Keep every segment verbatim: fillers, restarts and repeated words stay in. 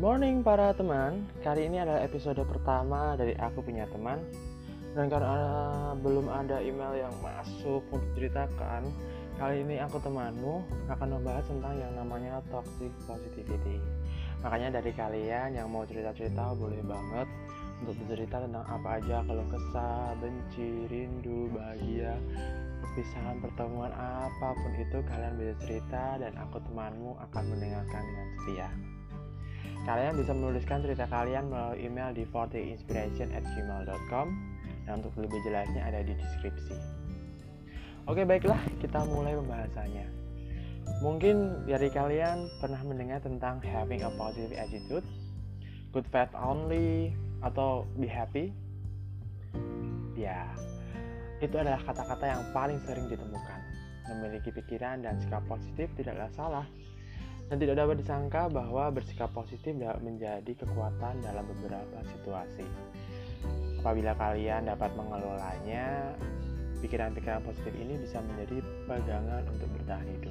Morning para teman, kali ini adalah episode pertama dari Aku Punya Teman. Dan karena belum ada email yang masuk untuk ceritakan, kali ini aku temanmu akan membahas tentang yang namanya toxic positivity. Makanya dari kalian yang mau cerita-cerita boleh banget untuk bercerita tentang apa aja, kalau kesah, benci, rindu, bahagia, perpisahan, pertemuan, apapun itu kalian bisa cerita dan aku temanmu akan mendengarkan dengan setia. Kalian bisa menuliskan cerita kalian melalui email di forty inspiration at gmail dot com dan untuk lebih jelasnya ada di deskripsi. Oke, baiklah, kita mulai pembahasannya. Mungkin dari kalian pernah mendengar tentang having a positive attitude, good vibe only, atau be happy? Ya, itu adalah kata-kata yang paling sering ditemukan. Memiliki pikiran dan sikap positif tidaklah salah. Dan tidak dapat disangka bahwa bersikap positif dapat menjadi kekuatan dalam beberapa situasi. Apabila kalian dapat mengelolanya, pikiran-pikiran positif ini bisa menjadi pegangan untuk bertahan hidup.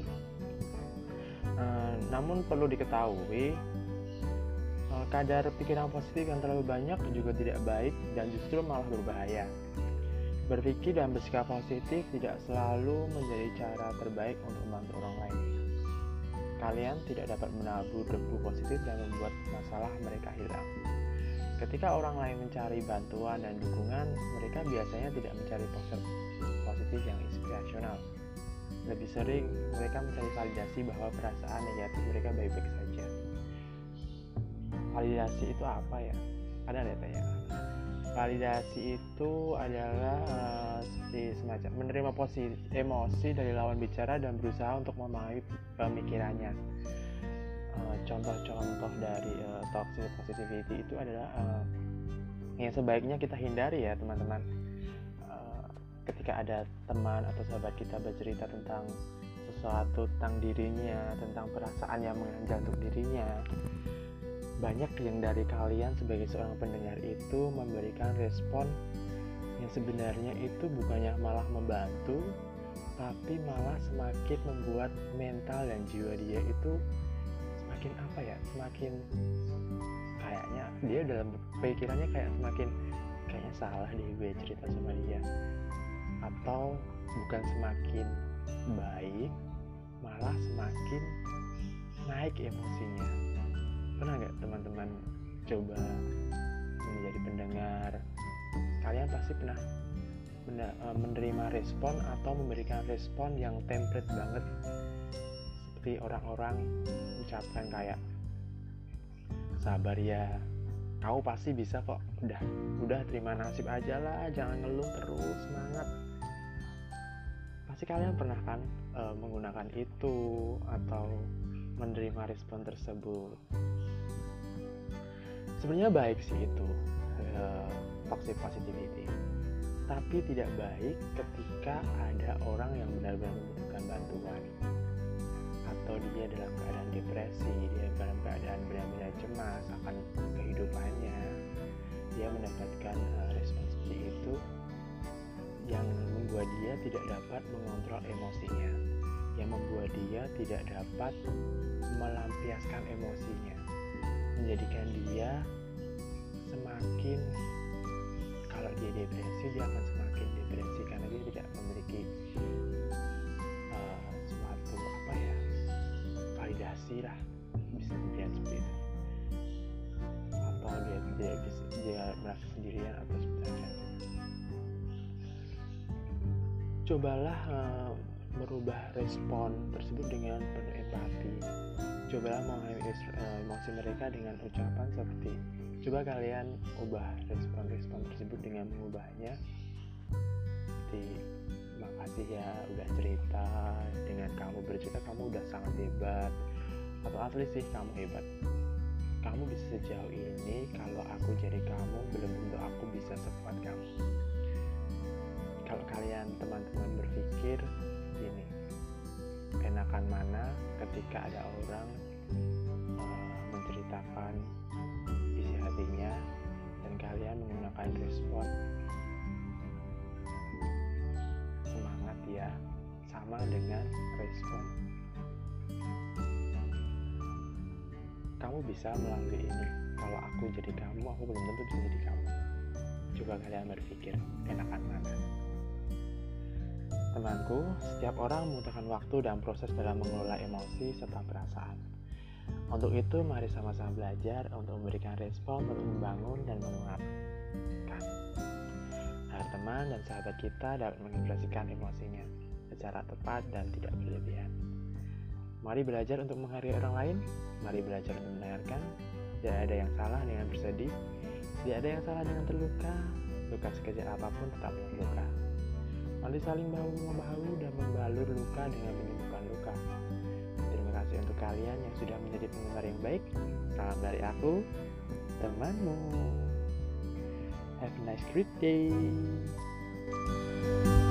E, namun perlu diketahui, e, kadar pikiran positif yang terlalu banyak juga tidak baik dan justru malah berbahaya. Berpikir dan bersikap positif tidak selalu menjadi cara terbaik untuk membantu orang lain. Kalian tidak dapat menabur debu positif dan membuat masalah mereka hilang. Ketika orang lain mencari bantuan dan dukungan, mereka biasanya tidak mencari poster positif yang inspirasional. Lebih sering, mereka mencari validasi bahwa perasaan negatif mereka baik-baik saja. Validasi itu apa ya? Ada nggak tanya? Validasi itu adalah uh, seperti semacam menerima positif, emosi dari lawan bicara dan berusaha untuk memahami pemikirannya. Uh, contoh-contoh dari uh, toxic positivity itu adalah uh, yang sebaiknya kita hindari ya teman-teman. Uh, ketika ada teman atau sahabat kita bercerita tentang sesuatu tentang dirinya, tentang perasaan yang mengganjal untuk dirinya, banyak yang dari kalian sebagai seorang pendengar itu memberikan respon yang sebenarnya itu bukannya malah membantu, tapi malah semakin membuat mental dan jiwa dia itu semakin apa ya, semakin kayaknya dia dalam pikirannya kayak semakin kayaknya salah deh gue cerita sama dia, atau bukan semakin baik, malah semakin naik emosinya. Pernah nggak teman-teman coba menjadi pendengar? Kalian pasti pernah menerima respon atau memberikan respon yang template banget, seperti orang-orang ucapkan kayak sabar ya, kau pasti bisa kok, udah udah terima nasib aja lah, jangan ngeluh terus, semangat. Pasti kalian pernah kan e, menggunakan itu atau menerima respon tersebut. Sebenarnya baik sih itu uh, toxic positivity, tapi tidak baik ketika ada orang yang benar-benar membutuhkan bantuan, atau dia dalam keadaan depresi, dia dalam keadaan benar-benar cemas akan kehidupannya, dia mendapatkan uh, respon seperti itu yang membuat dia tidak dapat mengontrol emosinya, yang membuat dia tidak dapat melampiaskan emosinya, menjadikan dia semakin, kalau dia depresi dia akan semakin depresi karena dia tidak memiliki uh, suatu apa ya, validasi lah, bisa dilihat seperti itu, atau dia tidak bisa, dia merasa sendirian atau sebagainya. Cobalah uh, merubah respon tersebut dengan penuh empati. Cobalah memahami emosi mereka dengan ucapan seperti, coba kalian ubah respon-respon tersebut dengan mengubahnya seperti, makasih ya udah cerita, dengan kamu bercerita kamu udah sangat hebat, atau at least sih kamu hebat, kamu bisa sejauh ini, kalau aku jadi kamu belum tentu aku bisa sekuat kamu. Kalau kalian teman-teman berpikir ini, enakan mana ketika ada orang uh, menceritakan isi hatinya dan kalian menggunakan respon semangat ya, sama dengan respon kamu bisa melalui ini. Kalau aku jadi kamu, aku belum tentu bisa jadi kamu. Coba kalian berpikir, enakan mana? Temanku, setiap orang membutuhkan waktu dan proses dalam mengelola emosi serta perasaan. Untuk itu, mari sama-sama belajar untuk memberikan respon, untuk membangun dan menguatkan. Agar teman dan sahabat kita dapat mengekspresikan emosinya secara tepat dan tidak berlebihan. Mari belajar untuk menghargai orang lain. Mari belajar untuk mendengarkan. Tidak ada yang salah dengan bersedih. Tidak ada yang salah dengan terluka. Luka sekecil apapun tetap luka. Mari saling bahu-membahu dan membalur luka dengan menyembuhkan luka. Terima kasih untuk kalian yang sudah menjadi penggemar yang baik. Salam dari aku, temanmu. Have a nice great day.